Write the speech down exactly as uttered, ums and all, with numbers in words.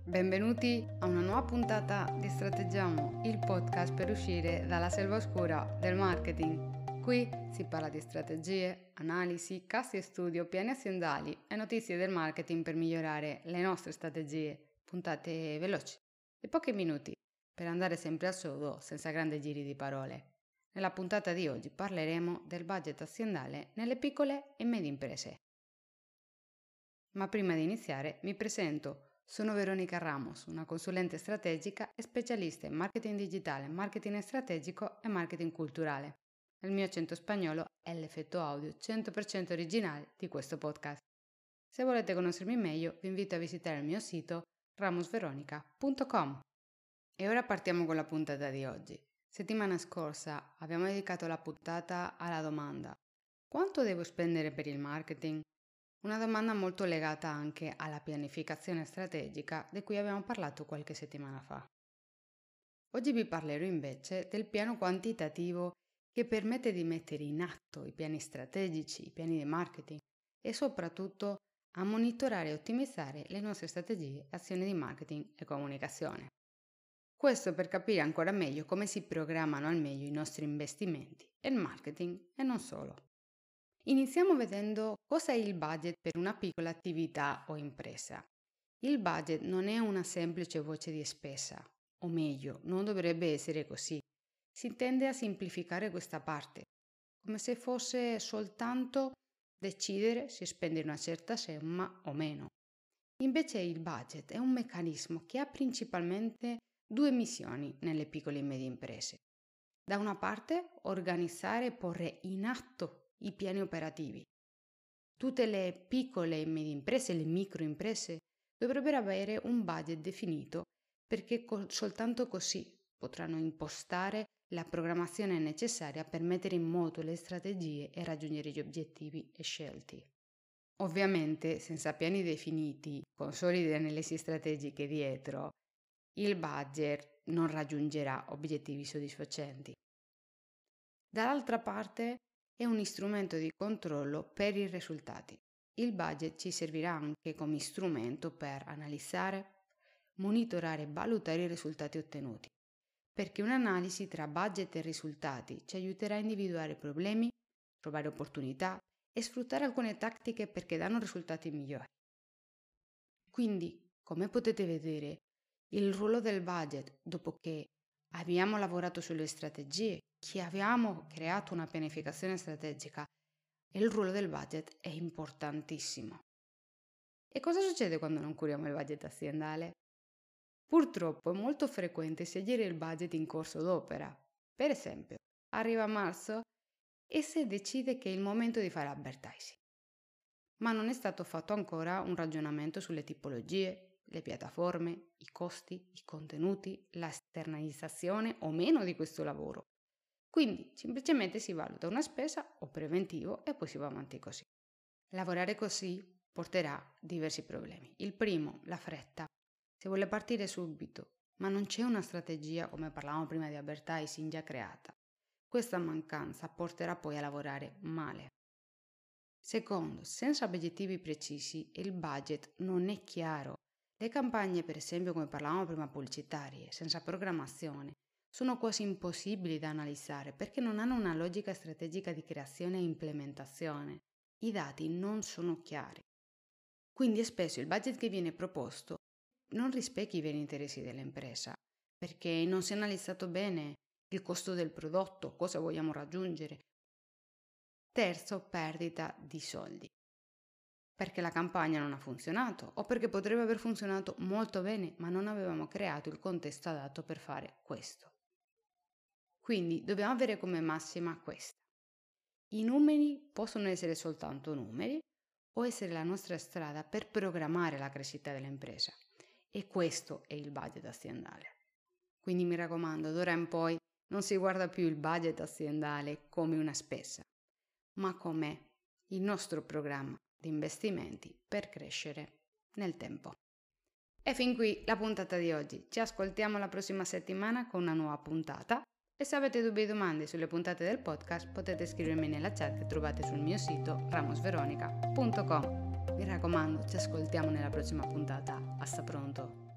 Benvenuti a una nuova puntata di Strateggiamo, il podcast per uscire dalla selva oscura del marketing. Qui si parla di strategie, analisi, casi e studio, piani aziendali e notizie del marketing per migliorare le nostre strategie. Puntate veloci, di pochi minuti, per andare sempre al sodo senza grandi giri di parole. Nella puntata di oggi parleremo del budget aziendale nelle piccole e medie imprese. Ma prima di iniziare mi presento. Sono Veronica Ramos, una consulente strategica e specialista in marketing digitale, marketing strategico e marketing culturale. Il mio accento spagnolo è l'effetto audio cento per cento originale di questo podcast. Se volete conoscermi meglio, vi invito a visitare il mio sito ramos veronica punto com. E ora partiamo con la puntata di oggi. Settimana scorsa abbiamo dedicato la puntata alla domanda: quanto devo spendere per il marketing? Una domanda molto legata anche alla pianificazione strategica di cui abbiamo parlato qualche settimana fa. Oggi vi parlerò invece del piano quantitativo che permette di mettere in atto i piani strategici, i piani di marketing e soprattutto a monitorare e ottimizzare le nostre strategie, azioni di marketing e comunicazione. Questo per capire ancora meglio come si programmano al meglio i nostri investimenti e il marketing e non solo. Iniziamo vedendo cosa è il budget per una piccola attività o impresa. Il budget non è una semplice voce di spesa, o meglio, non dovrebbe essere così. Si tende a semplificare questa parte, come se fosse soltanto decidere se spendere una certa somma o meno. Invece il budget è un meccanismo che ha principalmente due missioni nelle piccole e medie imprese. Da una parte, organizzare e porre in atto i piani operativi. Tutte le piccole e medie imprese, le microimprese, dovrebbero avere un budget definito perché co- soltanto così potranno impostare la programmazione necessaria per mettere in moto le strategie e raggiungere gli obiettivi scelti. Ovviamente, senza piani definiti, con solide analisi strategiche dietro, il budget non raggiungerà obiettivi soddisfacenti. Dall'altra parte, è un strumento di controllo per i risultati. Il budget ci servirà anche come strumento per analizzare, monitorare e valutare i risultati ottenuti, perché un'analisi tra budget e risultati ci aiuterà a individuare problemi, trovare opportunità e sfruttare alcune tattiche perché danno risultati migliori. Quindi, come potete vedere, il ruolo del budget, dopo che abbiamo lavorato sulle strategie, che abbiamo creato una pianificazione strategica, e il ruolo del budget è importantissimo. E cosa succede quando non curiamo il budget aziendale? Purtroppo è molto frequente scegliere il budget in corso d'opera. Per esempio, arriva marzo e si decide che è il momento di fare advertising. Ma non è stato fatto ancora un ragionamento sulle tipologie, le piattaforme, i costi, i contenuti, la esternalizzazione o meno di questo lavoro. Quindi semplicemente si valuta una spesa o preventivo e poi si va avanti così. Lavorare così porterà diversi problemi. Il primo, la fretta. Si vuole partire subito, ma non c'è una strategia, come parlavamo prima di advertising, già creata. Questa mancanza porterà poi a lavorare male. Secondo, senza obiettivi precisi il budget non è chiaro. Le campagne, per esempio, come parlavamo prima, pubblicitarie, senza programmazione, sono quasi impossibili da analizzare perché non hanno una logica strategica di creazione e implementazione. I dati non sono chiari. Quindi spesso il budget che viene proposto non rispecchia i veri interessi dell'impresa, perché non si è analizzato bene il costo del prodotto, cosa vogliamo raggiungere. Terzo, perdita di soldi. Perché la campagna non ha funzionato o perché potrebbe aver funzionato molto bene, ma non avevamo creato il contesto adatto per fare questo. Quindi dobbiamo avere come massima questa. I numeri possono essere soltanto numeri o essere la nostra strada per programmare la crescita dell'impresa. E questo è il budget aziendale. Quindi mi raccomando, d'ora in poi non si guarda più il budget aziendale come una spesa, ma come il nostro programma di investimenti per crescere nel tempo. E fin qui la puntata di oggi. Ci ascoltiamo la prossima settimana con una nuova puntata. E se avete dubbi o domande sulle puntate del podcast potete scrivermi nella chat che trovate sul mio sito ramos veronica punto com. Mi raccomando, ci ascoltiamo nella prossima puntata. Hasta pronto!